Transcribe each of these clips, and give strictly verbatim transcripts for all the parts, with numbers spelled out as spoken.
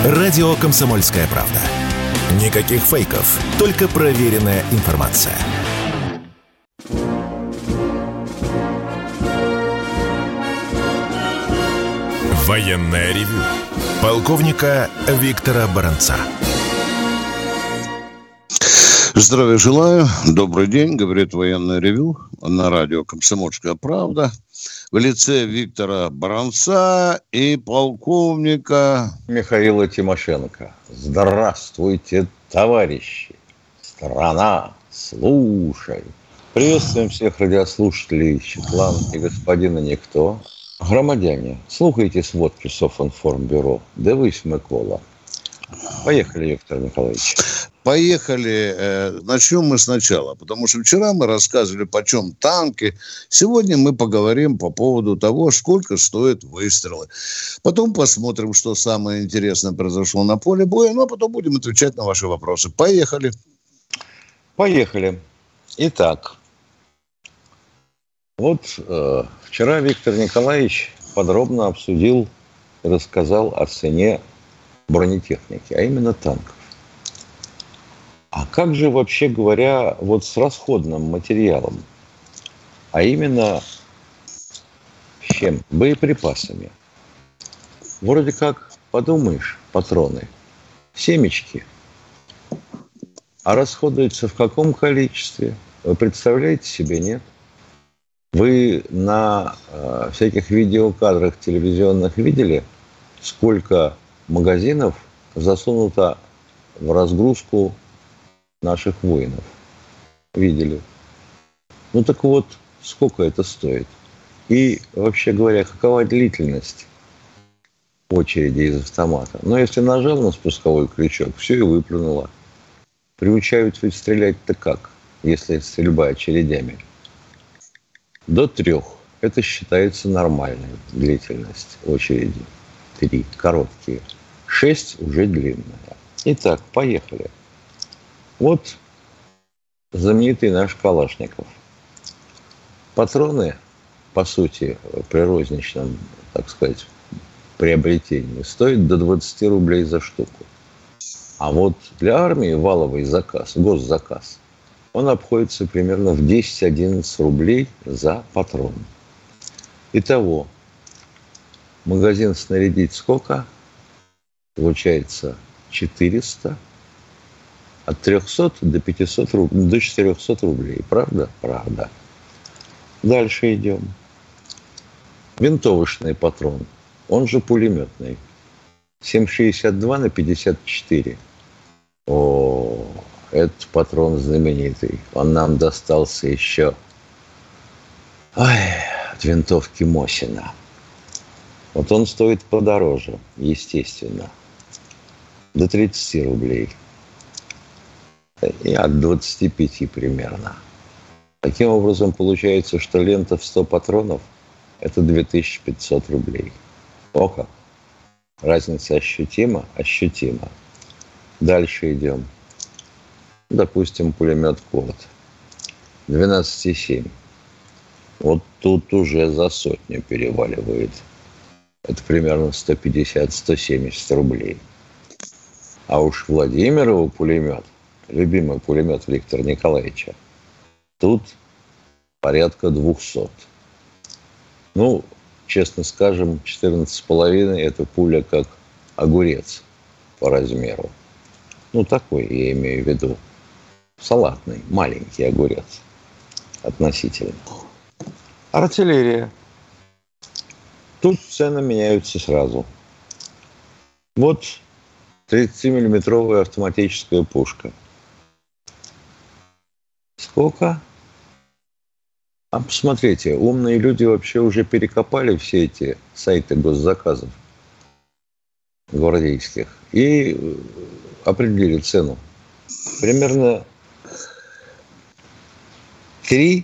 Радио «Комсомольская правда». Никаких фейков, только проверенная информация. Военное ревю полковника Виктора Баранца. Здравия желаю. Добрый день. Говорит военное ревю на радио «Комсомольская правда». В лице Виктора Баранца и полковника Михаила Тимошенко. Здравствуйте, товарищи. Страна, слушай. Приветствуем всех радиослушателей Четлан и господина Никто. Громадяне, слухайте сводки Софинформбюро. Дивись, Микола. Поехали, Виктор Николаевич. Поехали. Начнем мы сначала, потому что вчера мы рассказывали, почем танки. Сегодня мы поговорим по поводу того, сколько стоят выстрелы. Потом посмотрим, что самое интересное произошло на поле боя, ну а потом будем отвечать на ваши вопросы. Поехали. Поехали. Итак, вот э, вчера Виктор Николаевич подробно обсудил и рассказал о цене бронетехники, а именно танков. А как же, вообще говоря, вот с расходным материалом, а именно с чем? Боеприпасами. Вроде как, подумаешь, патроны, семечки, а расходуются в каком количестве? Вы представляете себе, нет? Вы на э, всяких видеокадрах телевизионных видели, сколько магазинов засунуто в разгрузку наших воинов? Видели. Ну так вот, сколько это стоит? И, вообще говоря, какова длительность очереди из автомата? Но если нажал на спусковой крючок, все и выплюнуло. Приучают ведь стрелять-то как, если стрельба очередями? До трех. Это считается нормальной длительность очереди. Три короткие. Шесть уже длинная. Итак, поехали. Вот знаменитый наш Калашников. Патроны, по сути, при розничном, так сказать, приобретении стоят до двадцать рублей за штуку. А вот для армии валовый заказ, госзаказ, он обходится примерно в десять-одиннадцать рублей за патрон. Итого, магазин снарядить сколько? Получается четыреста. От трехсот до пятисот рублей, до четырехсот рублей. Правда? Правда. Дальше идем. Винтовочный патрон, он же пулеметный. семь шестьдесят два на пятьдесят четыре. О, этот патрон знаменитый. Он нам достался еще ой, от винтовки Мосина. Вот он стоит подороже, естественно. До тридцати рублей. И от двадцати пяти примерно. Таким образом, получается, что лента в сто патронов – это две тысячи пятьсот рублей. О как! Разница ощутима? Ощутима. Дальше идем. Допустим, пулемет «Корт». двенадцать и семь. Вот тут уже за сотню переваливает. Это примерно сто пятьдесят - сто семьдесят рублей. А уж Владимиров пулемет, любимый пулемет Виктора Николаевича, тут порядка двухсот. Ну, честно скажем, четырнадцать с половиной это пуля как огурец по размеру. Ну, такой я имею в виду. Салатный, маленький огурец относительно. Артиллерия. Тут цены меняются сразу. Вот тридцатимиллиметровая автоматическая пушка. Сколько? А посмотрите, умные люди вообще уже перекопали все эти сайты госзаказов гвардейских и определили цену. Примерно три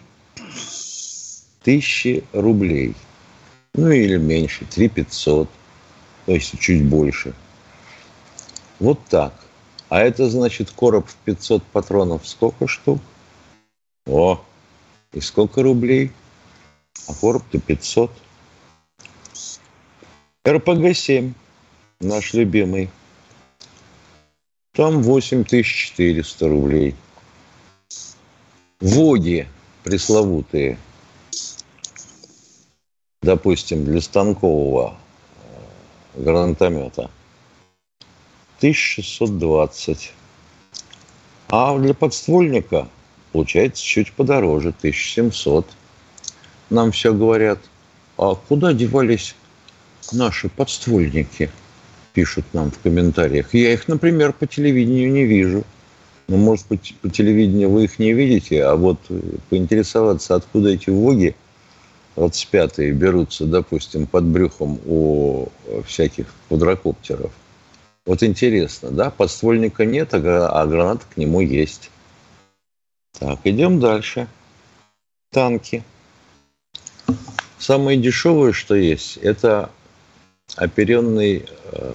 тысячи рублей. Ну или меньше, три тысячи пятьсот, то есть чуть больше. Вот так. А это значит короб в пятьсот патронов сколько штук? О, и сколько рублей? А короб-то пятьсот. эр пэ гэ семь, наш любимый. Там восемь тысяч четыреста рублей. ВОГи пресловутые, допустим, для станкового гранатомета тысяча шестьсот двадцать. А для подствольника получается чуть подороже, тысяча семьсот. Нам все говорят, а куда девались наши подствольники? Пишут нам в комментариях. Я их, например, по телевидению не вижу. Ну, может быть, по телевидению вы их не видите, а вот поинтересоваться, откуда эти ВОГи двадцать пятые берутся, допустим, под брюхом у всяких квадрокоптеров. Вот интересно, да? Подствольника нет, а граната к нему есть. Так, идем дальше. Танки. Самое дешевое, что есть, это оперенный э,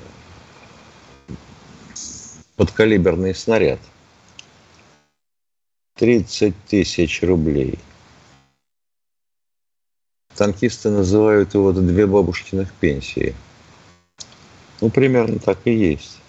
подкалиберный снаряд. тридцать тысяч рублей. Танкисты называют его «две бабушкиных пенсии». Ну, примерно так и есть.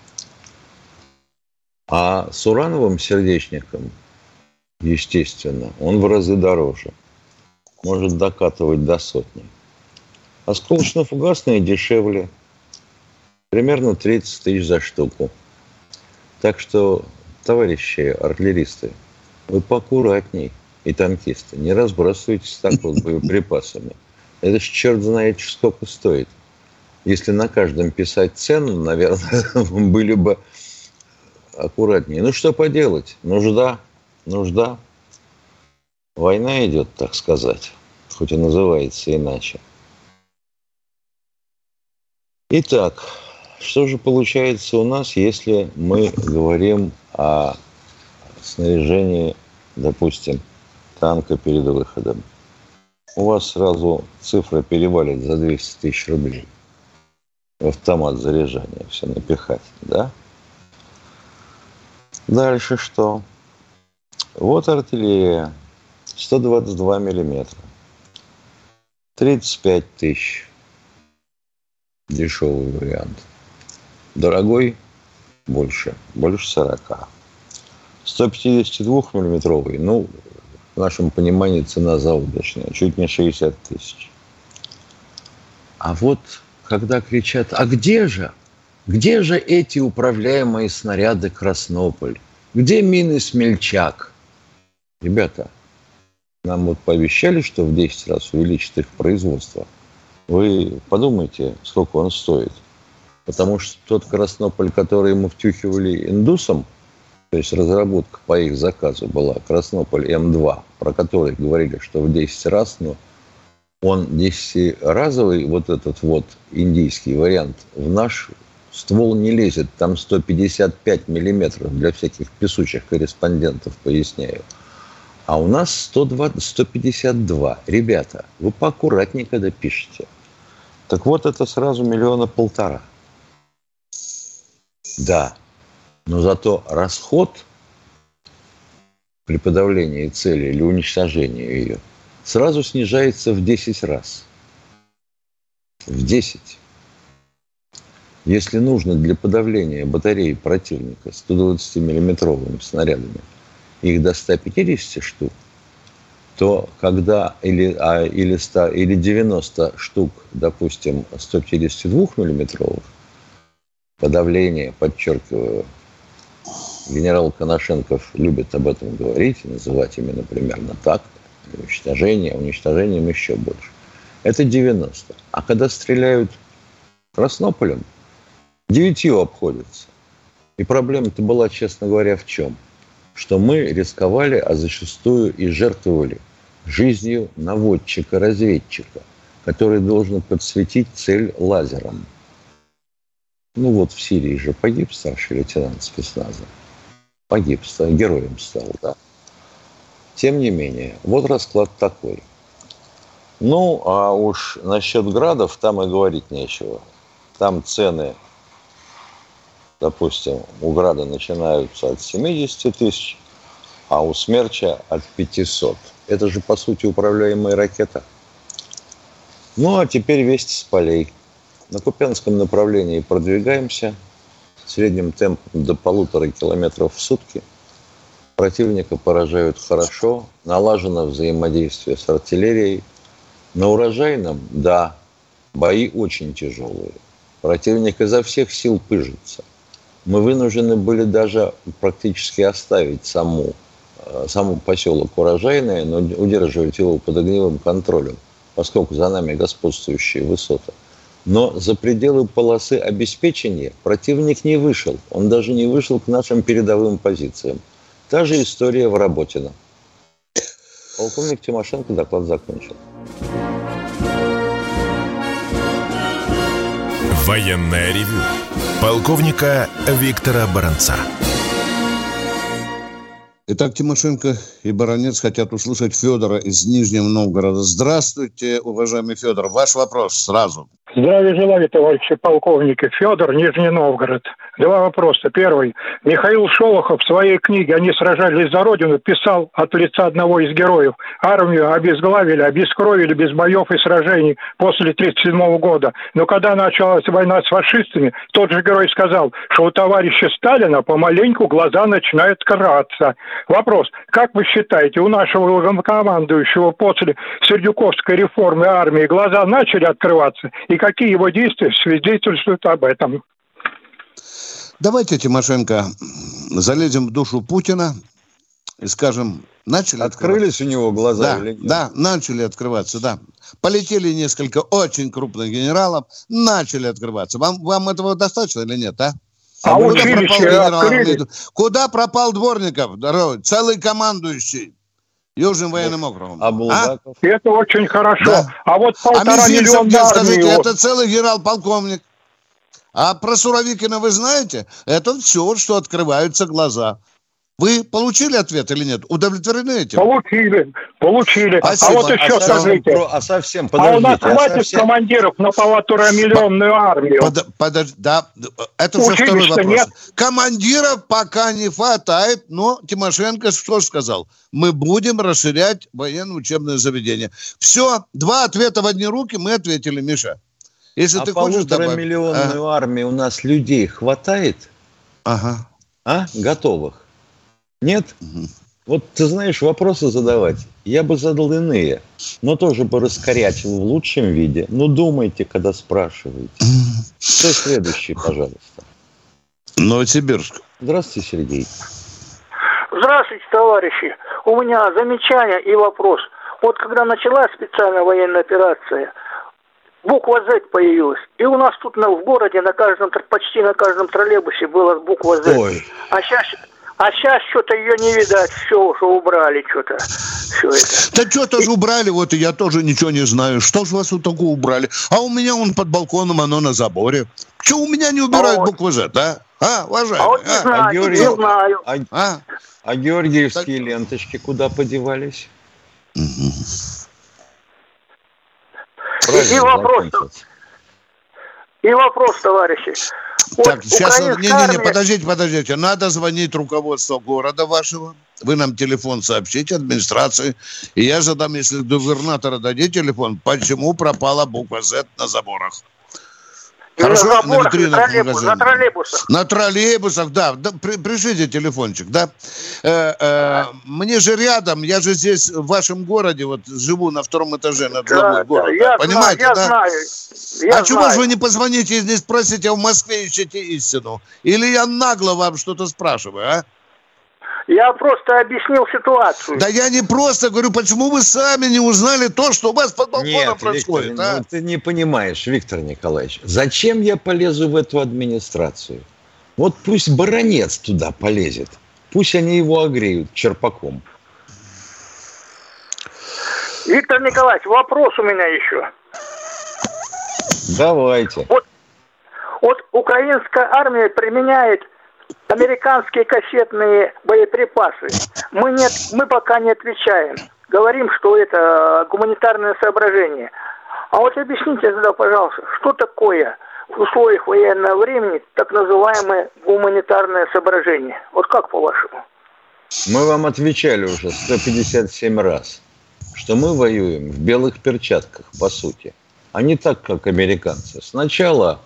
А с урановым сердечником, естественно, он в разы дороже. Может докатывать до сотни. Осколочно-фугасные дешевле. Примерно тридцать тысяч за штуку. Так что, товарищи артиллеристы, вы поаккуратней, и танкисты, не разбрасывайтесь так вот боеприпасами. Это ж черт знает, сколько стоит. Если на каждом писать цену, наверное, были бы аккуратнее. Ну, что поделать? Нужда, нужда. Война идет, так сказать, хоть и называется иначе. Итак, что же получается у нас, если мы говорим о снаряжении, допустим, танка перед выходом? У вас сразу цифра перевалит за двести тысяч рублей. В автомат заряжания все напихать, да? Дальше что? Вот артиллерия. сто двадцать два миллиметра. тридцать пять тысяч. Дешевый вариант. Дорогой больше. Больше сорока. сто пятьдесят два миллиметровый, ну, в нашем понимании цена заоблачная. Чуть не шестьдесят тысяч. А вот когда кричат, а где же? Где же эти управляемые снаряды «Краснополь»? Где мины «Смельчак»? Ребята, нам вот пообещали, что в десять раз увеличат их производство. Вы подумайте, сколько он стоит. Потому что тот «Краснополь», который мы втюхивали индусам, то есть разработка по их заказу была «Краснополь М два», про который говорили, что в десять раз, но он десятиразовый, вот этот вот индийский вариант, в наш ствол не лезет. Там сто пятьдесят пять миллиметров для всяких песучих корреспондентов, поясняю. А у нас сто двадцать, сто пятьдесят два. Ребята, вы поаккуратнее, когда пишете. Так вот, это сразу миллиона полтора. Да, но зато расход при подавлении цели или уничтожении ее сразу снижается в десять раз. В десять. Если нужно для подавления батареи противника сто двадцатимиллиметровыми снарядами их до ста пятидесяти штук, то когда или, а, или, сто, или девяносто штук, допустим, сто пятьдесят два миллиметровых, подавление, подчеркиваю, генерал Коношенков любит об этом говорить, называть именно примерно так, уничтожение, уничтожением еще больше. Это девяносто. А когда стреляют Краснополем, девятью обходятся. И проблема-то была, честно говоря, в чем? Что мы рисковали, а зачастую и жертвовали жизнью наводчика-разведчика, который должен подсветить цель лазером. Ну вот в Сирии же погиб старший лейтенант спецназа. Погиб, стал, героем стал, да. Тем не менее, вот расклад такой. Ну, а уж насчет градов там и говорить нечего. Там цены, допустим, у града начинаются от семидесяти тысяч, а у смерча от пятисот. Это же, по сути, управляемая ракета. Ну, а теперь вести с полей. На Купянском направлении продвигаемся. средним темпом до полутора километров в сутки. Противника поражают хорошо, налажено взаимодействие с артиллерией. На урожайном, да, бои очень тяжелые. Противник изо всех сил пыжится. Мы вынуждены были даже практически оставить саму, саму поселок Урожайное, но удерживать его под огневым контролем, поскольку за нами господствующие высоты. Но за пределы полосы обеспечения противник не вышел. Он даже не вышел к нашим передовым позициям. Та же история в Работино. Полковник Тимошенко доклад закончил. Военное ревю полковника Виктора Баранца. Итак, Тимошенко и Баранец хотят услышать Федора из Нижнего Новгорода. Здравствуйте, уважаемый Федор. Ваш вопрос сразу. Здравия желаю, товарищи полковники. Федор, Нижний Новгород. Два вопроса. Первый. Михаил Шолохов в своей книге «Они сражались за Родину» писал от лица одного из героев: армию обезглавили, обескровили без боев и сражений после тридцать седьмого года. Но когда началась война с фашистами, тот же герой сказал, что у товарища Сталина помаленьку глаза начинают краться. Вопрос. Как вы считаете, у нашего главнокомандующего после Сердюковской реформы армии глаза начали открываться? И какие его действия свидетельствуют об этом? Давайте, Тимошенко, залезем в душу Путина и скажем, начали Открылись у него глаза да, или нет? Да, начали открываться, да. Полетели несколько очень крупных генералов, начали открываться. Вам, вам этого достаточно или нет, а? А куда училище пропал генерал? открыли? Куда пропал Дворников, дорогой, целый командующий Южным военным округом? А Булгаков? А? Это очень хорошо. Да. А вот А полтора Мизинцев, миллиона где, армии... скажите, вот. это целый генерал-полковник. А про Суровикина вы знаете? Это все, что открываются глаза. Вы получили ответ или нет? Удовлетворены этим? Получили, получили. Спасибо. А вот еще а совсем, скажите, про, а совсем, а у подождите. нас а хватит совсем... командиров на полуторамиллионную армию? Под, подож... Да, это уже второй Училища вопрос. нет? Командиров пока не хватает, но Тимошенко что сказал? Мы будем расширять военно-учебное заведение. Все, два ответа в одни руки мы ответили, Миша. Если а ты хочешь добавить... полуторамиллионную а? армию у нас людей хватает? Ага. А? Готовых? Нет? Угу. Вот ты знаешь, вопросы задавать я бы задал иные, но тоже бы раскорячил в лучшем виде. Ну, думайте, когда спрашиваете. Кто следующий, пожалуйста? Новосибирск. Здравствуйте, Сергей. Здравствуйте, товарищи. У меня замечание и вопрос. Вот когда началась специальная военная операция, буква «З» появилась. И у нас тут на, в городе на каждом, почти на каждом троллейбусе была буква «З». Ой. А сейчас, а сейчас что-то ее не видать. Все, что убрали что-то. Все это. Да что тоже убрали, вот и я тоже ничего не знаю. Что же вас вот такое убрали? А у меня он под балконом, оно на заборе. Что у меня не убирают а вот. букву «З», да? А, уважаемый? А вот не а? знаю, А, Георгий... не знаю. а, А? а георгиевские так... ленточки куда подевались? Угу. И вопрос, и вопрос, товарищи. Так, вот сейчас, не-не-не, армия... подождите, подождите. Надо звонить руководству города вашего. Вы нам телефон сообщите, администрации. И я задам, если губернатора дадите телефон, почему пропала буква «З» на заборах. Хорошо? На заборах, на витринах на, троллейбус, магазина. на троллейбусах. На троллейбусах, да. да при, пришлите телефончик, да. Э, э, мне же рядом, я же здесь в вашем городе, вот живу на втором этаже над главой Да, города. да, я Понимаете, знаю, да? Я знаю. Я а чего знаю. же вы не позвоните и не спросите, а в Москве ищете истину? Или я нагло вам что-то спрашиваю, а? Я просто объяснил ситуацию. Да я не просто говорю, почему вы сами не узнали то, что у вас под балконом Нет, происходит, Виктор, а? ну, ты не понимаешь, Виктор Николаевич, зачем я полезу в эту администрацию? Вот пусть Баранец туда полезет. Пусть они его огреют черпаком. Виктор Николаевич, вопрос у меня еще. Давайте. Вот, вот украинская армия применяет американские кассетные боеприпасы. Мы, нет, мы пока не отвечаем. Говорим, что это гуманитарное соображение. А вот объясните тогда, пожалуйста, что такое в условиях военного времени так называемое гуманитарное соображение? Вот как по-вашему? Мы вам отвечали уже сто пятьдесят семь раз, что мы воюем в белых перчатках, по сути. А не так, как американцы. Сначала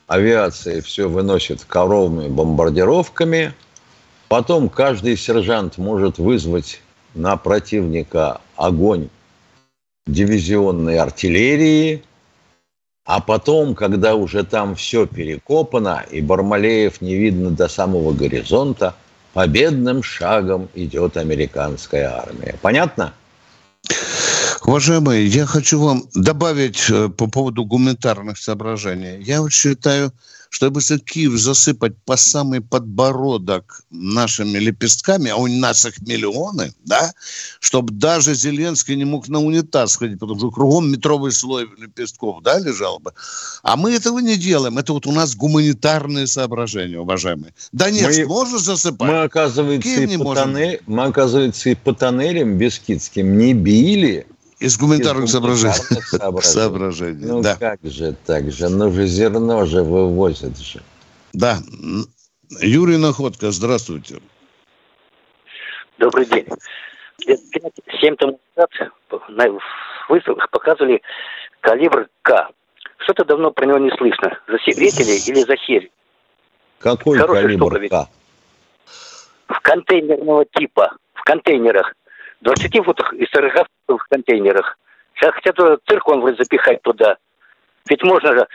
авиация все выносит коровыми бомбардировками. Потом каждый сержант может вызвать на противника огонь дивизионной артиллерии. А потом, когда уже там все перекопано, и Бармалеев не видно до самого горизонта, победным шагом идет американская армия. Понятно? Уважаемые, я хочу вам добавить по поводу гуманитарных соображений. Я вот считаю, что если Киев засыпать по самый подбородок нашими лепестками, а у нас их миллионы, да, чтобы даже Зеленский не мог на унитаз ходить, потому что кругом метровый слой лепестков, да, лежал бы. А мы этого не делаем. Это вот у нас гуманитарные соображения, уважаемые. Донецк мы, можно засыпать? Мы, оказывается, и по тоннель, мы, оказывается, и по тоннелям бескидским не били. Из гуманитарных соображений. соображений. Ну, да. Как же так же? Ну же зерно же вывозят же. Да. Юрий Находка, здравствуйте. Добрый день. Лет семь тому назад на выставках показывали калибр К. Что-то давно про него не слышно. Засекретили или захерили? Какой Хорошая калибр К? В контейнерного типа. В контейнерах. двадцати футах и сорока футов в контейнерах. Сейчас хотят циркон вроде запихать туда. Ведь можно же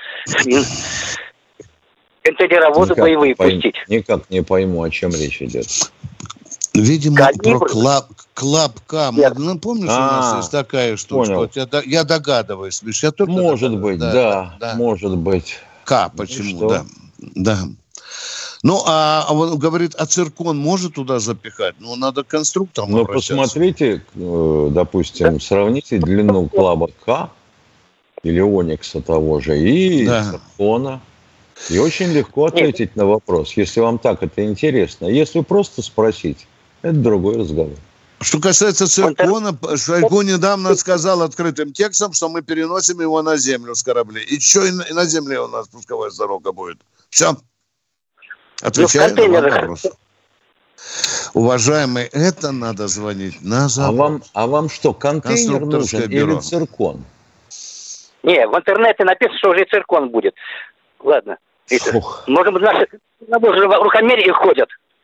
контейнеровозы боевые пойм... пустить. Никак не пойму, о чем речь идет. Видимо, калибр? Про клаб, клабка. Ну, помнишь, а, у нас есть такая штука? Вот я, я догадываюсь. Я только может быть, да, да, да. Может быть. К, почему, ну, да. да. Ну, а, а он говорит, а циркон может туда запихать? Ну, надо конструктором Ну, посмотрите, допустим, да. сравните длину клаба К или Оникса того же и да. циркона. И очень легко ответить Нет. на вопрос, если вам так это интересно. Если просто спросить, это другой разговор. Что касается циркона, Шойгу недавно сказал открытым текстом, что мы переносим его на землю с кораблей. И что, и на земле у нас пусковая дорога будет? Все. Отвечаю на вопрос. Уважаемый, это надо звонить на завод. А вам, а вам что, контейнер нужен бюро. Или циркон? Не, в интернете написано, что уже и циркон будет. Ладно. Может быть, наши рукомерии ходят.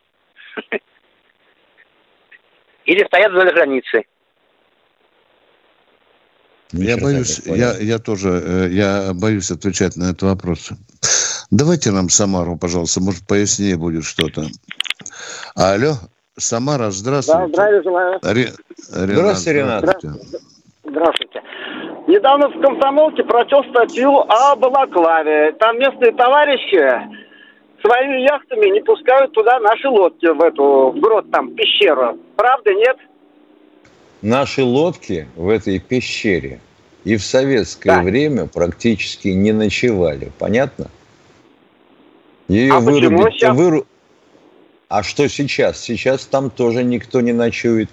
Или стоят за границей. Я боюсь, я, я тоже, я боюсь отвечать на этот вопрос. Давайте нам Самару, пожалуйста, может, пояснее будет что-то. Алло, Самара, здравствуйте. Да, здравия желаю. Ре... Здравствуйте, Ренат. Здравствуйте. Здравствуйте. Недавно в «Комсомолке» прочел статью о Балаклаве. Там местные товарищи своими яхтами не пускают туда наши лодки, в эту, в грот, там, пещеру. Правда, нет? Наши лодки в этой пещере и в советское да. время практически не ночевали. Понятно? Ее а вырубить... Сейчас... Выру... А что сейчас? Сейчас там тоже никто не ночует.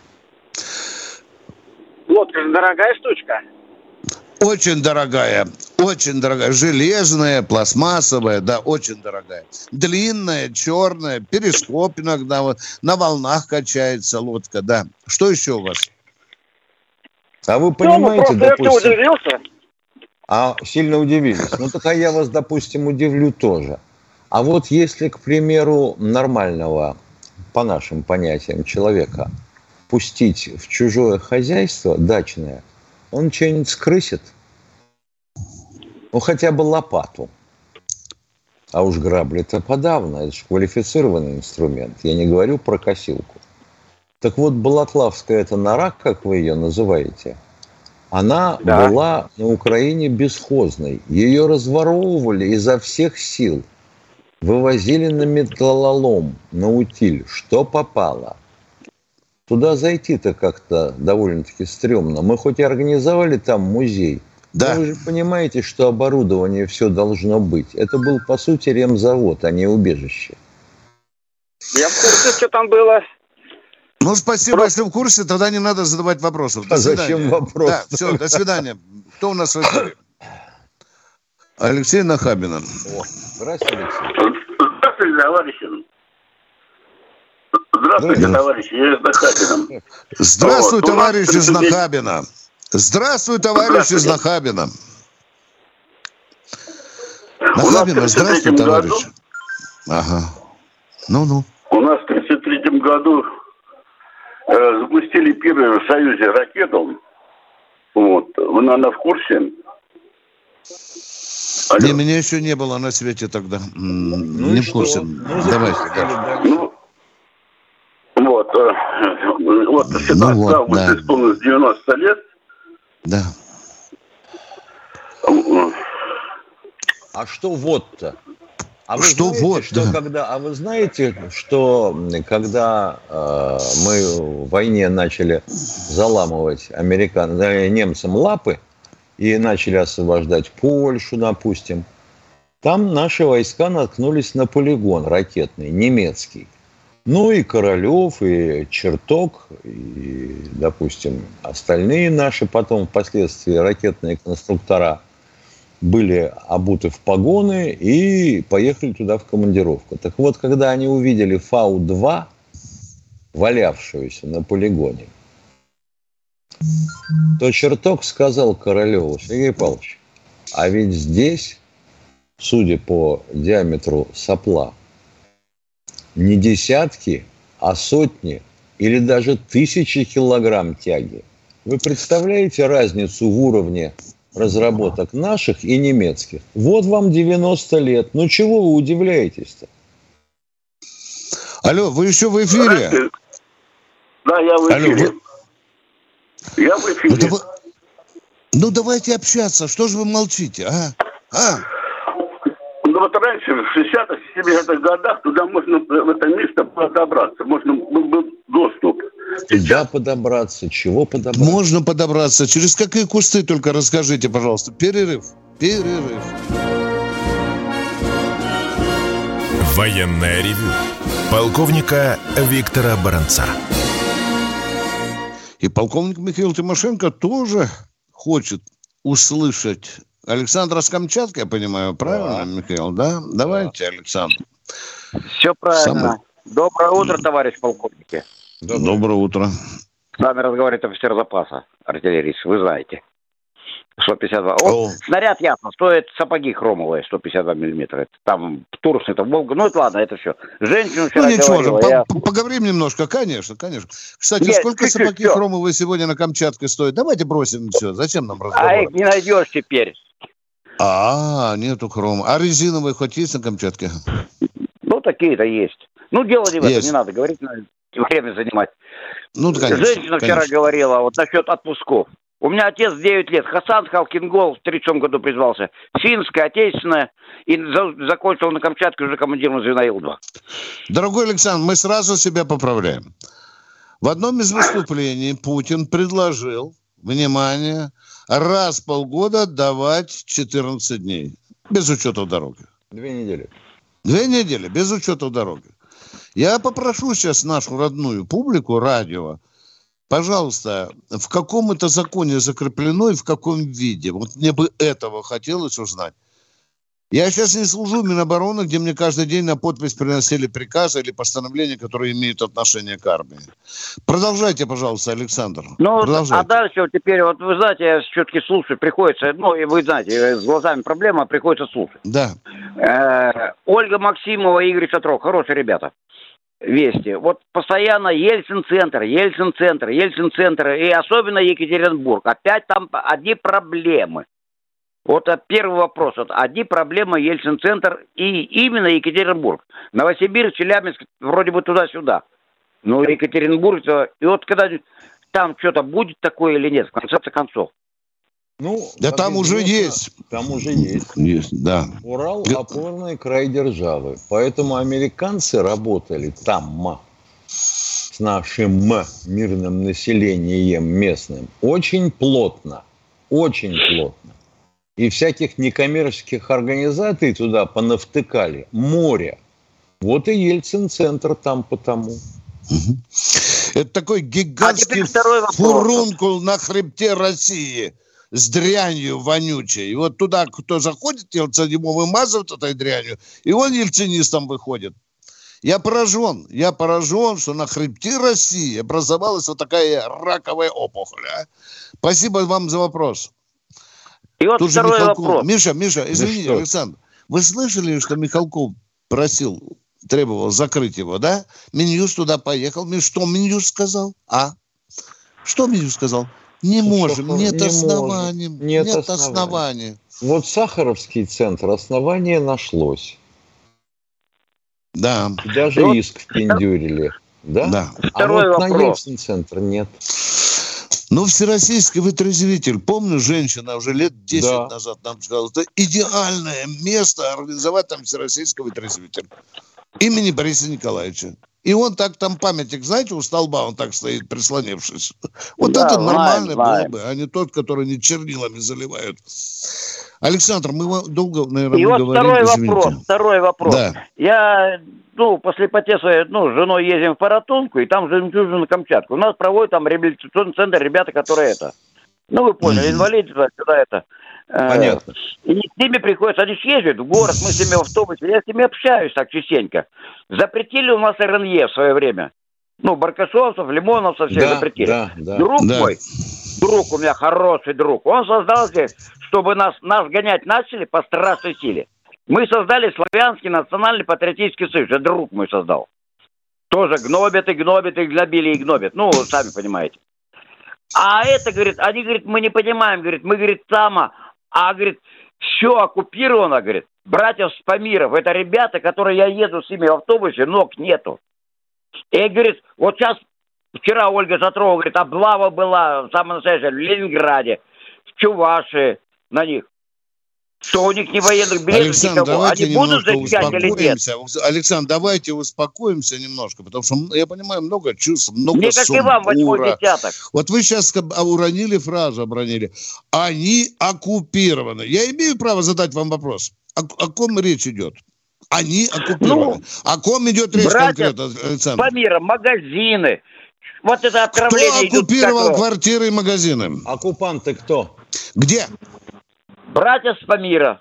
Лодка же дорогая штучка. Очень дорогая, очень дорогая. Железная, пластмассовая, да, очень дорогая. Длинная, черная, перископ иногда. Вот, на волнах качается лодка, да. Что еще у вас? А вы понимаете, ну, допустим... Я удивился. А сильно удивились. Ну, так а я вас, допустим, удивлю тоже. А вот если, к примеру, нормального, по нашим понятиям, человека пустить в чужое хозяйство дачное, он что-нибудь скрысит? Ну, хотя бы лопату. А уж грабли-то подавно. Это же квалифицированный инструмент. Я не говорю про косилку. Так вот, Балаклавская эта нора, как вы ее называете, она да. была на Украине бесхозной. Ее разворовывали изо всех сил. Вывозили на металлолом, на утиль, что попало. Туда зайти-то как-то довольно-таки стрёмно. Мы хоть и организовали там музей, да. но вы же понимаете, что оборудование все должно быть. Это был, по сути, ремзавод, а не убежище. Я в курсе, что там было. Ну, спасибо, Просто... если в курсе, тогда не надо задавать вопросов. До а зачем вопрос? Да, все, до свидания. Кто у нас в эфире? Алексей Нахабина. О, здравствуйте, Алексей. Здравствуйте, товарищи. Здравствуйте, товарищи. Я из Нахабина. Здравствуй, вот, товарищ из Нахабина. Здравствуй, товарищ из Нахабина. Нахабино, здравствуйте, товарищ. Году, ага. Ну-ну. У нас в тридцать третьем году э, запустили первую в Союзе ракету. Вот. Вы, наверное, в курсе? Не, меня еще не было на свете тогда. Ну не в курсе. Ну, давайте. Да. Ну, вот. Э, вот, шестнадцатого ну, вот, августа да. Исполнилось девяносто лет. Да. А что вот-то? А вы что знаете, вот, что да. когда, а вы знаете, что когда э, мы в войне начали заламывать американ, да, немцам лапы и начали освобождать Польшу, допустим, там наши войска наткнулись на полигон ракетный, немецкий. Ну и Королев, и Черток, и, допустим, остальные наши потом впоследствии ракетные конструктора были обуты в погоны и поехали туда в командировку. Так вот, когда они увидели Фау два, валявшуюся на полигоне, то Черток сказал Королеву: Сергей Павлович, а ведь здесь, судя по диаметру сопла, не десятки, а сотни или даже тысячи килограмм тяги. Вы представляете разницу в уровне разработок наших и немецких? Вот вам девяносто лет. Ну чего вы удивляетесь-то? Алло, вы еще в эфире? Да, я в эфире. Алло, вы... Я в эфире. Ну, давай... ну давайте общаться. Что же вы молчите, а? А? Ну вот раньше, в шестидесятых, семидесятых годах, туда можно в это место подобраться. Можно был доступ. Куда подобраться? Чего подобраться? Можно подобраться. Через какие кусты, только расскажите, пожалуйста. Перерыв. Перерыв. Военное ревю полковника Виктора Баранца. И полковник Михаил Тимошенко тоже хочет услышать Александра с Камчатки, я понимаю, правильно, да. Михаил, да? Давайте, да. Александр. Все правильно. Самый... Доброе утро, товарищ полковники. Доброе, Доброе утро. С вами разговаривает офицер запаса, артиллерист, вы знаете. сто пятьдесят два. Вот, снаряд, ясно, стоит сапоги хромовые, сто пятьдесят два миллиметра. Это там Турс, это Волга. Ну, это ладно, это все. Женщину вчера ну, ничего, говорила, же, я... поговорим немножко, конечно, конечно. Кстати, Нет, сколько чуть-чуть, сапоги все. хромовые сегодня на Камчатке стоят? Давайте бросим все. Зачем нам разговор? А их не найдешь теперь. А, нету хрома. А резиновые хоть есть на Камчатке? Ну, такие-то есть. Ну, дело не в этом, есть. не надо говорить, надо время занимать. Ну, конечно, Женщина вчера конечно. говорила вот насчет отпусков. У меня отец девять лет, Хасан Халкингол в тридцатом году призвался. Финская, отечественная, и за, закончил на Камчатке уже командиром звена Ил-два. Дорогой Александр, мы сразу себя поправляем. В одном из выступлений Путин предложил, внимание, раз в полгода давать четырнадцать дней. Без учета дороги. Две недели. Две недели, без учета дороги. Я попрошу сейчас нашу родную публику, радио, пожалуйста, в каком это законе закреплено и в каком виде? Вот мне бы этого хотелось узнать. Я сейчас не служу в Минобороны, где мне каждый день на подпись приносили приказы или постановления, которые имеют отношение к армии. Продолжайте, пожалуйста, Александр. Ну, Продолжайте. А дальше вот теперь, вот вы знаете, я все-таки слушаю, приходится, ну, и вы знаете, с глазами проблема, приходится слушать. Да. Э-э- Ольга Максимова и Игорь Шатров, хорошие ребята. Вести. Вот постоянно Ельцин-центр, Ельцин-центр, Ельцин-центр, и особенно Екатеринбург. Опять там одни проблемы. Вот первый вопрос. Вот одни проблемы Ельцин-центр и именно Екатеринбург. Новосибирск, Челябинск, вроде бы туда-сюда. Но Екатеринбург, и вот когда там что-то будет такое или нет, в конце концов. Ну, да там уже есть. Там уже есть. Есть, да. Урал – опорный край державы. Поэтому американцы работали там с нашим мирным населением местным очень плотно. Очень плотно. И всяких некоммерческих организаций туда понавтыкали море. Вот и Ельцин-центр там потому. Угу. Это такой гигантский а фурункул на хребте России с дрянью вонючей. И вот туда, кто заходит, ему вымазывают этой дрянью, и он ельцинистом выходит. Я поражен, я поражен, что на хребте России образовалась вот такая раковая опухоль. А? Спасибо вам за вопрос. И вот Тут второй Михалков... вопрос. Миша, Миша, извините, Александр. Вы слышали, что Михалков просил, требовал закрыть его, да? Минюст туда поехал. Что Минюст сказал? А? Что Минюст сказал? Не Ну, можем, что, нет не оснований. Может. Нет, нет оснований. оснований. Вот Сахаровский центр, основание нашлось. Да. Даже вот, иск впендюрили. Да? Да. А вот вопрос. на Ельцин-центр нет. Ну, всероссийский вытрезвитель. Помню, женщина уже лет десять Да. назад нам сказала, это идеальное место организовать там всероссийский вытрезвитель. Имени Бориса Николаевича. И он так там памятник, знаете, у столба он так стоит, прислонившись. Вот Да, это знаем, нормально знаем. было бы, а не тот, который не чернилами заливают. Александр, мы вам долго, наверное, И мы вот говорим, второй извините. вопрос, второй вопрос. Да. Я, ну, после ипотеки, ну, с женой ездим в Паратунку, и там жемчужину Камчатку. У нас проводят там реабилитационный центр ребята, которые это, ну, вы поняли, инвалиды, сюда это. Понятно. И с ними приходится, они съездят в город, мы с ними в автобусе, я с ними общаюсь так частенько. Запретили у нас эр эн е в свое время. Ну, баркашовцев, лимоновцев всех Да, запретили. да, да. Друг Да. мой, друг у меня хороший друг, он создал здесь, чтобы нас, нас гонять начали по страшной силе. Мы создали Славянский национальный патриотический союз, это друг мой создал. Тоже гнобят и гнобят, и гнобили, и гнобят. Ну, сами понимаете. А это, говорит, они, говорит, мы не понимаем, говорит, мы, говорит, там, а, говорит, все оккупировано, говорит, братьев Спамиров. Это ребята, которые я еду с ними в автобусе, ног нету. И, говорит, вот сейчас, вчера Ольга Шатрова, говорит, облава была, самая настоящая, в Ленинграде, в Чувашии на них. Что у них не военных билетов Александр, никого. давайте Они будут немножко защищать или нет? успокоимся. Александр, давайте успокоимся немножко, потому что, я понимаю, много чувств, много Не как и вам, восьмой сумбура. десяток. Вот вы сейчас уронили фразу, обронили. Они оккупированы. Я имею право задать вам вопрос. О, о ком речь идет? Они оккупированы. Ну, о ком идет речь братья конкретно, Александр? По миру, магазины. Вот это Кто отравление идет. оккупировал как- квартиры и магазины? Оккупанты кто? Где? Братья с Памира.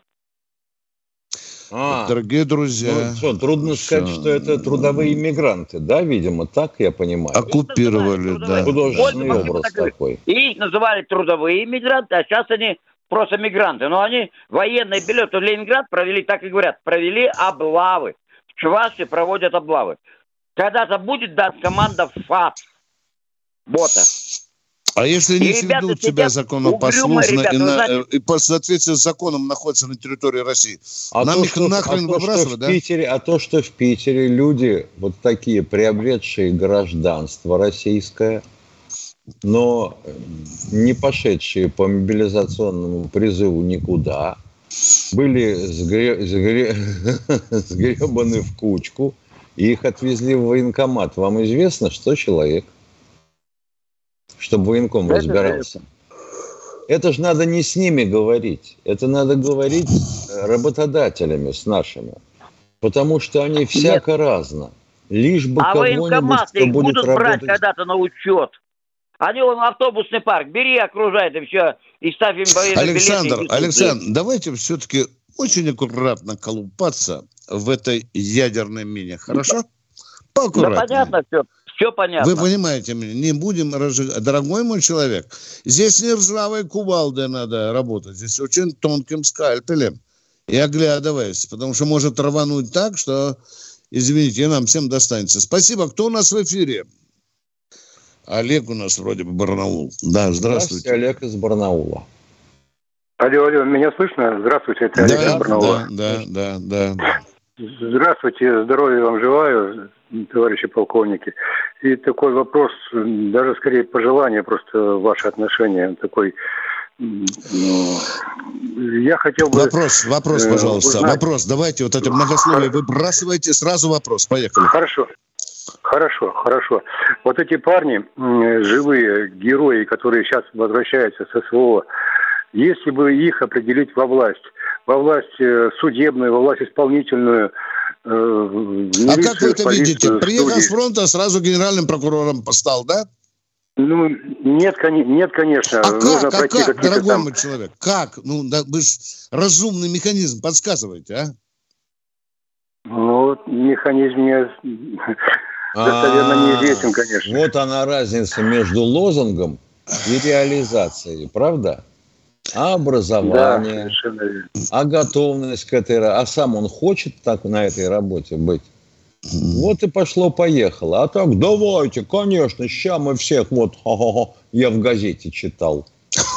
А, Дорогие друзья. ну, что, трудно сказать, Всё. что это трудовые иммигранты, да, видимо, так я понимаю. Оккупировали, да. Художественный Ольга образ Максимовна такой. И их называли трудовые мигранты, а сейчас они просто мигранты. Но они военные билеты в Ленинград провели, так и говорят, провели облавы. В Чувашии проводят облавы. Когда-то будет дать команда ФАТ. Бота. А если не И ребята ведут себя сидят законопослушно угрюмо, ребята, и, вы на- знаете- и по соответствии с законом находятся на территории России, А нам то, их что, нахрен а то, что выбрасывать, в да? Питере, а то, что в Питере люди вот такие, приобретшие гражданство российское, но не пошедшие по мобилизационному призыву никуда, были сгре- сгре- сгребаны в кучку, и их отвезли в военкомат. Вам известно, что человек? Чтобы военком Это разбирался. Это же надо не с ними говорить. Это надо говорить с работодателями, с нашими. Потому что они всяко разно. Лишь бы А кого-нибудь, военкоматы кто их будет будут брать работать. когда-то на учет. Они вон автобусный парк, бери, окружай, и все, и ставь им военные Александр, билеты. Александр, давайте все-таки очень аккуратно колупаться в этой ядерной мине, хорошо? Да Поаккуратнее. понятно все, все понятно. Вы понимаете меня, не будем разжигать. Дорогой мой человек, здесь не ржавой кувалдой надо работать, здесь очень тонким скальпелем. И оглядываясь, потому что может рвануть так, что, извините, нам всем достанется. Спасибо. Кто у нас в эфире? Олег у нас вроде бы Барнаул. Да, здравствуйте. Здравствуйте, Олег из Барнаула. Алло, алло, меня слышно? Здравствуйте, это Олег из Да, Барнаула. да, да, да, да. Здравствуйте, здоровья вам желаю, товарищи полковники. И такой вопрос, даже скорее пожелание, просто ваше отношение такой. Я хотел бы... Вопрос, вопрос, пожалуйста, узнать... вопрос. Давайте вот это многословие выбрасывайте, сразу вопрос. Поехали. Хорошо. Хорошо, хорошо. Вот эти парни, живые герои, которые сейчас возвращаются с СВО, если бы их определить во власть, во власть судебную, во власть исполнительную, э, милицию, а как вы это полицию, видите? Приехал судей. с фронта, сразу генеральным прокурором стал, да? Ну, нет, нет, конечно. А Нужно как, а пройти как, какие-то дорогой там... мой человек? Как? Ну, да, вы ж разумный механизм подсказываете, а? Ну, вот механизм мне достоверно неизвестен, конечно. Вот она разница между лозунгом и реализацией, правда? а образование, да, а готовность к этой работе. А сам он хочет так на этой работе быть? Вот и пошло-поехало. А так, давайте, конечно, ща мы всех, вот, ха-ха-ха, я в газете читал.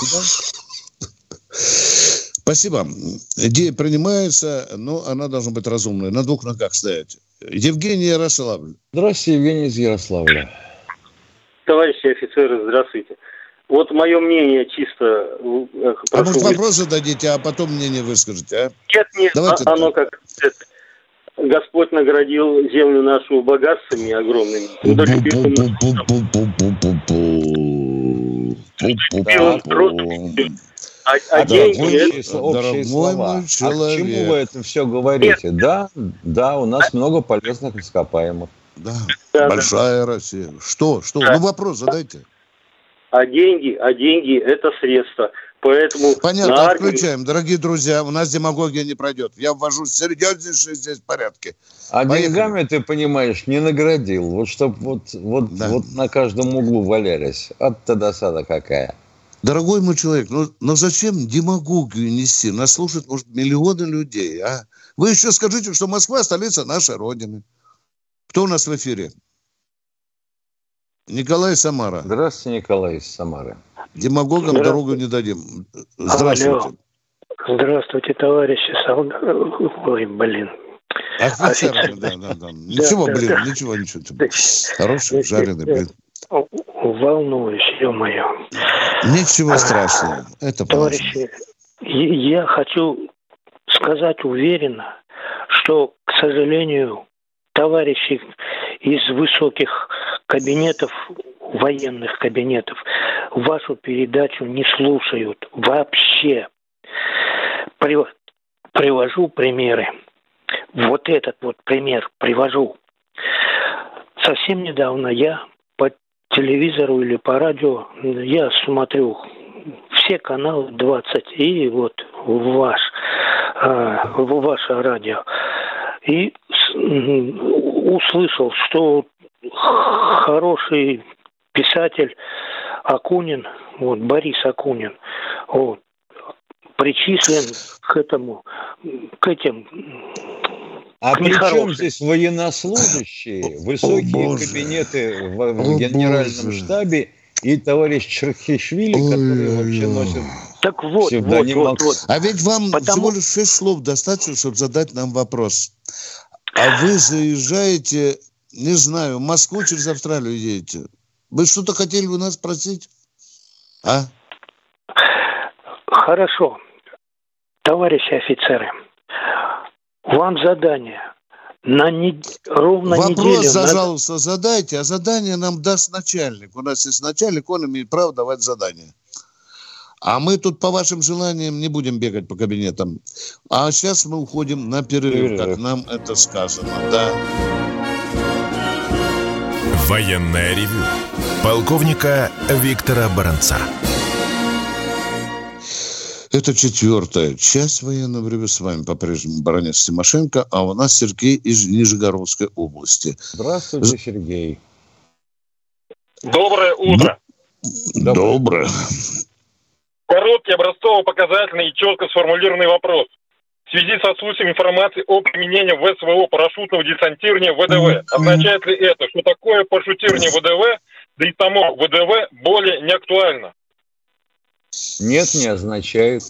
Спасибо. Идея принимается, но она должна быть разумной. На двух ногах стоять. Евгений Ярославль. Здравствуйте, Евгений из Ярославля. Товарищи офицеры, здравствуйте. Вот мое мнение чисто... А может, вопрос зададите, а потом мнение выскажете, а? Нет, нет, Давайте а, оно как... Господь наградил землю нашу богатствами огромными. А, а деньги... Это... Общие слова. А к чему вы это все говорите? Да, да, у нас много полезных ископаемых. Да, да, большая да. Россия. Что? Что? Да. Ну, вопрос задайте. А деньги, а деньги – это средства. Поэтому понятно, отключаем. Дорогие друзья, у нас демагогия не пройдет. Я ввожу серьезнейшие здесь порядки. А Поехали. Деньгами, ты понимаешь, не наградил. Вот чтоб вот, вот, да. вот на каждом углу валялись. От-то досада какая. Дорогой мой человек, ну, ну зачем демагогию нести? Нас слушают, может, миллионы людей, а? Вы еще скажите, что Москва – столица нашей Родины. Кто у нас в эфире? Николай Самара. Здравствуйте, Николай из Самары. Демагогам дорогу не дадим. Здравствуйте. Алло. Здравствуйте, товарищи солдаты. Ой, блин. Офицеры, да, да, да. Ничего, да, блин, да, ничего, ничего. Да. Хороший, жареный, блин. Волнуюсь, ё-моё. Ничего а, страшного. Это товарищи, я хочу сказать уверенно, что, к сожалению, товарищи из высоких кабинетов, военных кабинетов, вашу передачу не слушают вообще. Привожу примеры. Вот этот вот пример привожу. Совсем недавно я по телевизору или по радио, я смотрю все каналы двадцать и вот ваш, э, ваше радио. И услышал, что хороший писатель Акунин, вот Борис Акунин, вот, причислен к этому, к этим. А при чем здесь военнослужащие, высокие О, кабинеты в, в О, генеральном Боже. штабе и товарищ Черхишвили, Ой. который вообще носит так вот, псевдоним. Вот, вот, вот. А ведь вам Потому... всего лишь шесть слов достаточно, чтобы задать нам вопрос. А вы заезжаете, не знаю, в Москву через Австралию едете. Вы что-то хотели у нас спросить? А? Хорошо. Товарищи офицеры, вам задание на не... ровно Вопрос, неделю... Вопрос, пожалуйста, надо... задайте, а задание нам даст начальник. У нас есть начальник, он имеет право давать задания. А мы тут по вашим желаниям не будем бегать по кабинетам. А сейчас мы уходим на перерыв, как нам это сказано. Да. Военное ревю полковника Виктора Баранца. Это четвертая часть военного ревю. С вами по-прежнему баронец Тимошенко, а у нас Сергей из Нижегородской области. Здравствуйте, Сергей. Доброе утро. Доброе. Короткий, образцово-показательный и четко сформулированный вопрос. В связи с отсутствием информации о применении в СВО парашютного десантирования ВДВ, означает ли это, что такое парашютирование ВДВ, да и само ВДВ более не актуально? Нет, не означает.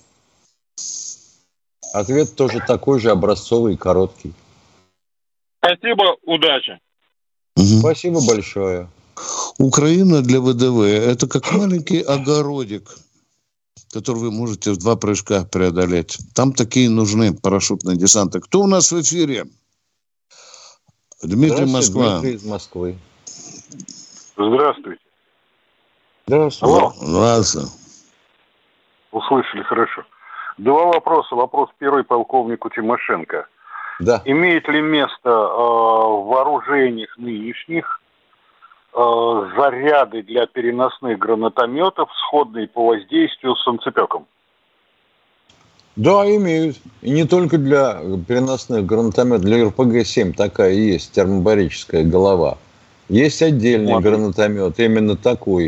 Ответ тоже такой же образцовый и короткий. Спасибо, удачи. Угу. Спасибо большое. Украина для ВДВ – это как маленький огородик, который вы можете в два прыжка преодолеть. Там такие нужны парашютные десанты. Кто у нас в эфире? Дмитрий, Москва. Дмитрий из Москвы. Здравствуйте. Здравствуйте. Алло. Здравствуйте. Услышали хорошо. Два вопроса. Вопрос первый полковнику Тимошенко. Да. Имеет ли место э, в вооружениях нынешних э, заряды для переносных гранатометов, сходные по воздействию с санцепёком? Да, имеют. И не только для переносных гранатометов, для эр пэ гэ семь такая есть, термобарическая голова. Есть отдельный вот. гранатомет, именно такой,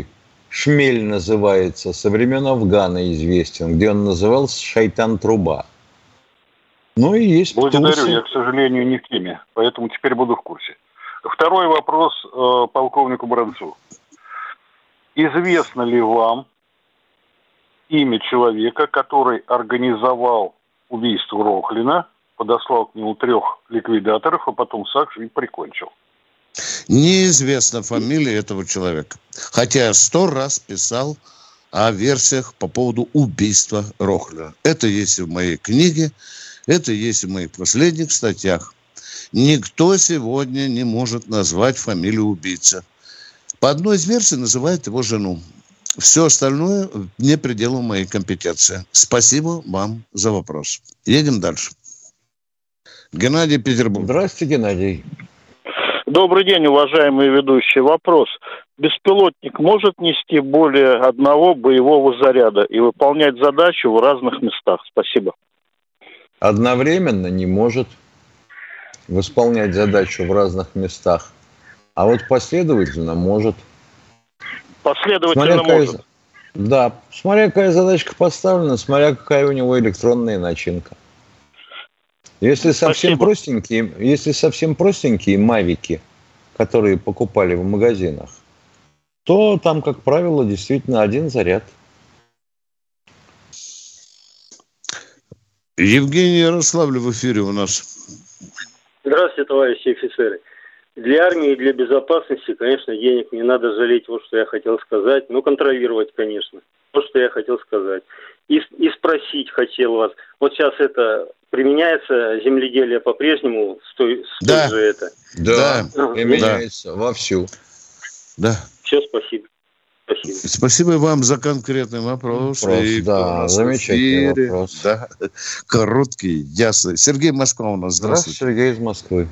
Шмель называется, со времен Афгана известен, где он назывался Шайтан-труба. Ну и есть Благодарю, Турция. я, к сожалению, не в теме, поэтому теперь буду в курсе. Второй вопрос э, полковнику Баранцу. Известно ли вам имя человека, который организовал убийство Рохлина, подослал к нему трех ликвидаторов, а потом сам и прикончил? Неизвестна фамилия этого человека. Хотя я сто раз писал о версиях по поводу убийства Рохлина. Это есть в моей книге, это есть в моих последних статьях. Никто сегодня не может назвать фамилию убийцы. По одной из версий называет его жену. Все остальное не пределом моей компетенции. Спасибо вам за вопрос. Едем дальше. Геннадий, Петербург. Здравствуйте, Геннадий. Добрый день, уважаемые ведущие. Вопрос. Беспилотник может нести более одного боевого заряда и выполнять задачу в разных местах? Спасибо. Одновременно не может выполнять задачу в разных местах, а вот последовательно может. Последовательно смотря может. Какая, да, смотря какая задачка поставлена, смотря какая у него электронная начинка. Если совсем Спасибо. простенькие, если совсем простенькие мавики, которые покупали в магазинах, то там, как правило, действительно один заряд. Евгений Ярославль в эфире у нас. Здравствуйте, товарищи офицеры. Для армии и для безопасности, конечно, денег не надо жалеть, вот что я хотел сказать, но контролировать, конечно, вот что я хотел сказать. И, и спросить хотел вас, вот сейчас это применяется земледелие по-прежнему, с той, с да. той же это? Да, да. применяется да. вовсю. Да. Все, спасибо. Спасибо. Спасибо вам за конкретный вопрос. вопрос и да, замечательный эфире. Вопрос. Да. Короткий, ясный. Сергей, Москва у нас. Здравствуйте. Здравствуйте, Сергей из Москвы.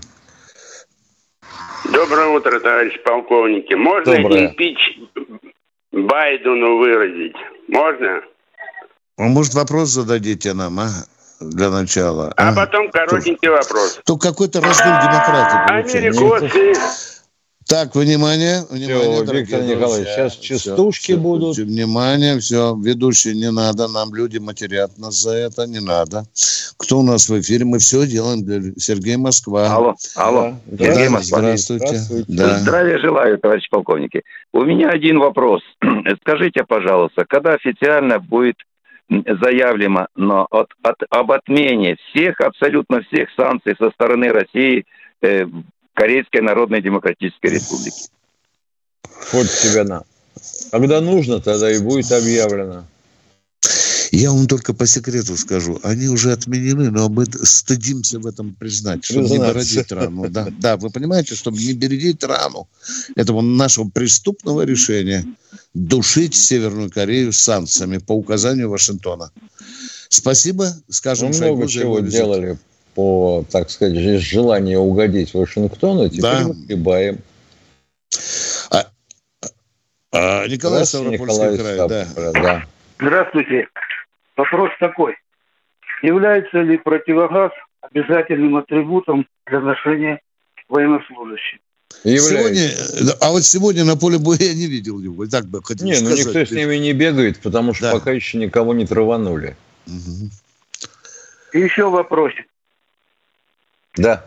Доброе утро, товарищ полковники. Можно Доброе. импич Байдену выразить? Можно? А может, вопрос зададите нам, а? Для начала. А, а? потом коротенький то, вопрос. То какой-то раздел демократии. Америкосы... Так, внимание, внимание, все, Виктор Николаевич, сейчас частушки все, будут. Все, внимание, все, ведущие, не надо, нам люди матерят нас за это, не надо. Кто у нас в эфире? Мы все делаем для Сергея Москва. Алло, алло, да, Сергей да, Москва. Здравствуйте. Здравствуйте. Да. Здравия желаю, товарищ полковники. У меня один вопрос. Скажите, пожалуйста, когда официально будет заявлено но от, от, об отмене всех, абсолютно всех санкций со стороны России э, Корейской Народно-Демократической Республики? Вот тебе на. Когда нужно, тогда и будет объявлено. Я вам только по секрету скажу. Они уже отменены, но мы стыдимся в этом признать, чтобы не бередить рану. Да, да, вы понимаете, чтобы не бередить рану этого нашего преступного решения душить Северную Корею санкциями по указанию Вашингтона. Спасибо, скажем, Мы много чего делали по, так сказать, желанию угодить Вашингтону, теперь да. мы хлебаем. А, а, Николай Ставропольский край, да. да. Здравствуйте. Вопрос такой. Является ли противогаз обязательным атрибутом для ношения военнослужащих? Сегодня, а вот сегодня на поле боя я не видел его. Так бы хотел не, сказать. ну никто с ними не бегает, потому что да. пока еще никого не траванули. Угу. И еще вопросик. Да.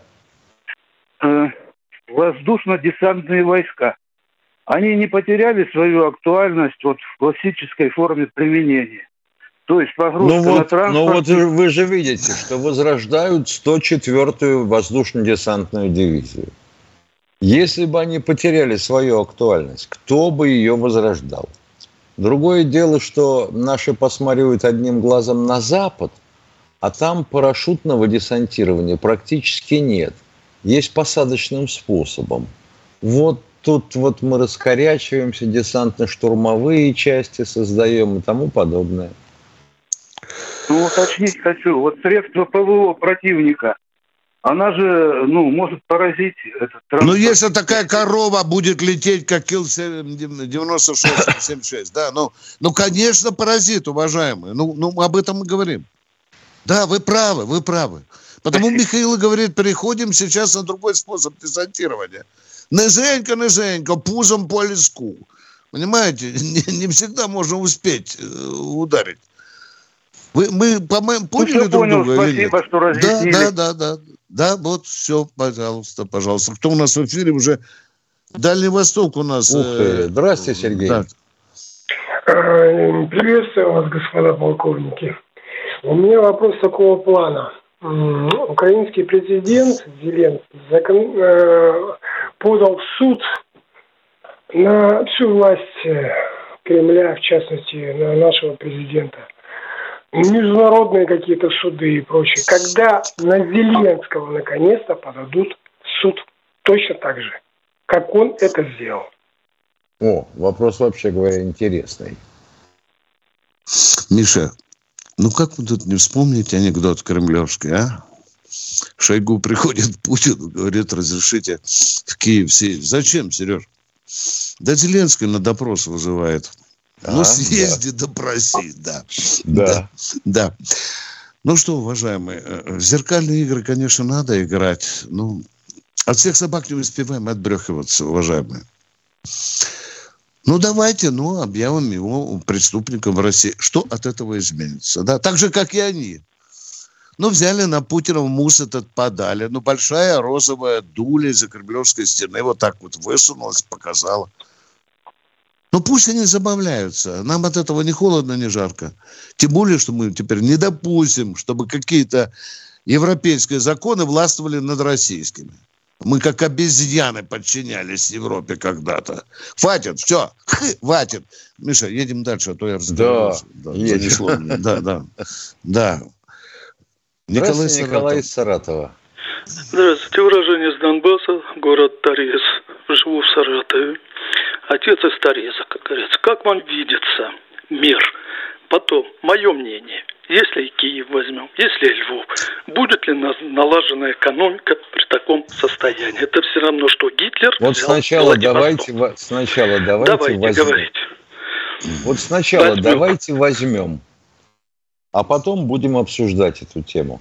Воздушно-десантные войска. Они не потеряли свою актуальность вот в классической форме применения. То есть погрузка ну вот, на транспорт... Ну вот вы же видите, что возрождают сто четвёртую воздушно-десантную дивизию. Если бы они потеряли свою актуальность, кто бы ее возрождал? Другое дело, что наши посматривают одним глазом на Запад, а там парашютного десантирования практически нет. Есть посадочным способом. Вот тут вот мы раскорячиваемся, десантно-штурмовые части создаем и тому подобное. Ну, уточнить хочу. Вот средство ПВО противника, она же, ну, может поразить этот транспорт. Ну, если такая корова будет лететь, как Ил девяносто шесть семьдесят шесть, да, ну, ну, конечно, поразит, уважаемые. Ну, ну, об этом мы говорим. Да, вы правы, вы правы. Потому Михаил говорит, переходим сейчас на другой способ десантирования. Низенько, низенько, пузом по леску. Понимаете? Не, не всегда можно успеть ударить. Вы, мы, по-моему, поняли ну, друг понял, друга? Спасибо, что разъяснили. Да, да, да, да. Да, вот все, пожалуйста, пожалуйста. Кто у нас в эфире уже? Дальний Восток у нас. Ух ты. Здравствуйте, Сергей. Да. Приветствую вас, господа полковники. У меня вопрос такого плана. Украинский президент Зеленский закон, э, подал в суд на всю власть Кремля, в частности, на нашего президента. Международные какие-то суды и прочее. Когда на Зеленского наконец-то подадут в суд точно так же, как он это сделал. О, вопрос, вообще говоря, интересный. Миша, ну как вы тут не вспомните анекдот кремлевский, а? Шойгу приходит к Путину, говорит, разрешите в Киев съездить. Зачем, Сереж? Да Зеленский на допрос вызывает. А, ну, съезди, да. допроси, да. Да. да. Да. Ну что, уважаемые, зеркальные игры, конечно, надо играть. Ну, от всех собак не успеваем отбрехиваться, уважаемые. Ну, давайте, ну, объявим его преступником в России. Что от этого изменится? Да? Так же, как и они. Ну, взяли на Путина в мус этот подали. Ну, большая розовая дуля из-за Кремлевской стены вот так вот высунулась, показала. Ну, пусть они забавляются. Нам от этого ни холодно, ни жарко. Тем более, что мы теперь не допустим, чтобы какие-то европейские законы властвовали над российскими. Мы как обезьяны подчинялись Европе когда-то. Хватит, все, хватит. Миша, едем дальше, а то я разговариваю. Да, да, едем. Да, да, да. Николай Саратов. Николай из Саратова. Здравствуйте, уроженец Донбасса, город Торез. Живу в Саратове. Отец из Тореза, как говорится. Как вам видится мир? Потом, мое мнение, если Киев возьмем, если Львов, будет ли налажена экономика при таком состоянии? Это все равно, что Гитлер... Вот сначала давайте, сначала давайте, давайте возьмем. Говорите. Вот сначала возьмем. давайте возьмем, а потом будем обсуждать эту тему.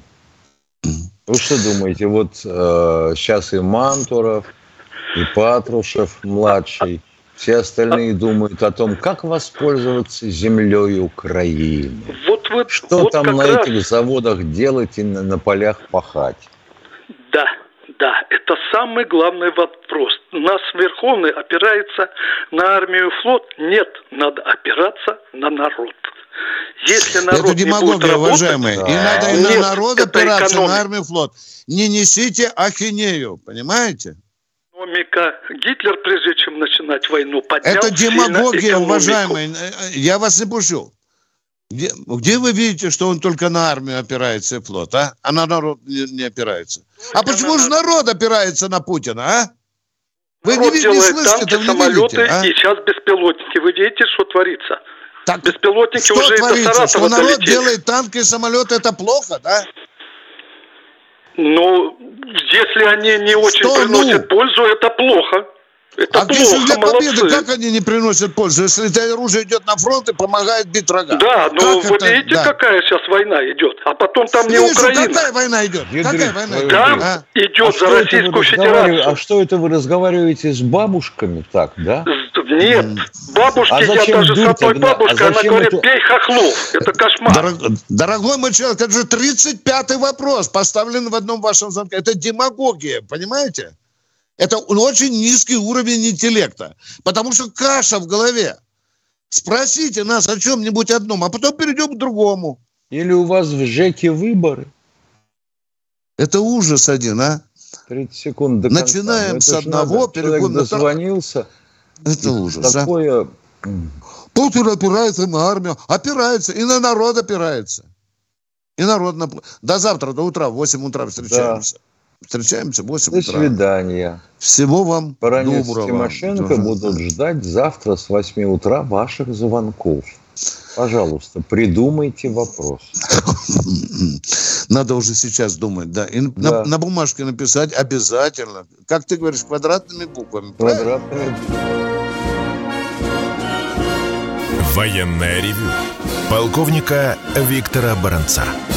Вы что думаете, вот э, сейчас и Мантуров, и Патрушев младший, все остальные думают о том, как воспользоваться землей Украины. Вот, вот, что вот там на раз... этих заводах делать и на, на полях пахать. Да, да, это самый главный вопрос. У нас Верховный опирается на армию и флот. Нет, надо опираться на народ. Если народ это демагогия, не будет работать, уважаемые. Да. И надо и на народ опираться, экономика. На армию и флот. Не несите ахинею, понимаете? Экономика. Гитлер, прежде чем начинать войну, поднял это демагогия, экономику. Уважаемые. Я вас не пущу. Где, где вы видите, что он только на армию опирается и флот, а? А на народ не, не опирается. Только а почему же народ опирается на Путина, а? Вы народ не, не слышите, танки, вы не самолеты, видите, а? И сейчас беспилотники. Вы видите, что творится? Так, беспилотники что уже творится? из Саратова Что народ долетели. делает танки и самолеты, это плохо, да? Ну, если они не очень что, приносят ну? пользу, это плохо. Это а плохо, если для молодцы. победы, как они не приносят пользу? Если это оружие идет на фронт и помогает бить врага. Да, но вы это? видите, да. какая сейчас война идет? А потом там Вижу, не Украина. Какая война идет? Ядрит, какая война идет? Там а? идет а за Российскую Федерацию. А что это вы разговариваете с бабушками так, да? Нет, бабушки, а я даже с одной бабушкой, а она говорит, это... бей хохлов. Это кошмар. Дорог, дорогой мой человек, это же тридцать пятый вопрос, поставлен в одном вашем звонке. Это демагогия, понимаете? Это очень низкий уровень интеллекта. Потому что каша в голове. Спросите нас о чем-нибудь одном, а потом перейдем к другому. Или у вас в ЖЭКе выборы? Это ужас один, а? тридцать секунд до конца. Начинаем с одного, переходим на дозвонился. Это ужас, такое... а? Путин опирается на армию. Опирается. И на народ опирается. И народ... На... До завтра, до утра, в восемь утра встречаемся. Да. Встречаемся в восемь утра. До свидания. Всего вам Баранец доброго. Тимошенко будут ждать завтра с восьми утра ваших звонков. Пожалуйста, придумайте вопрос. Надо уже сейчас думать, да. И да. На, на бумажке написать обязательно. Как ты говоришь, квадратными буквами. Квадратными. Военное ревю полковника Виктора Баранца.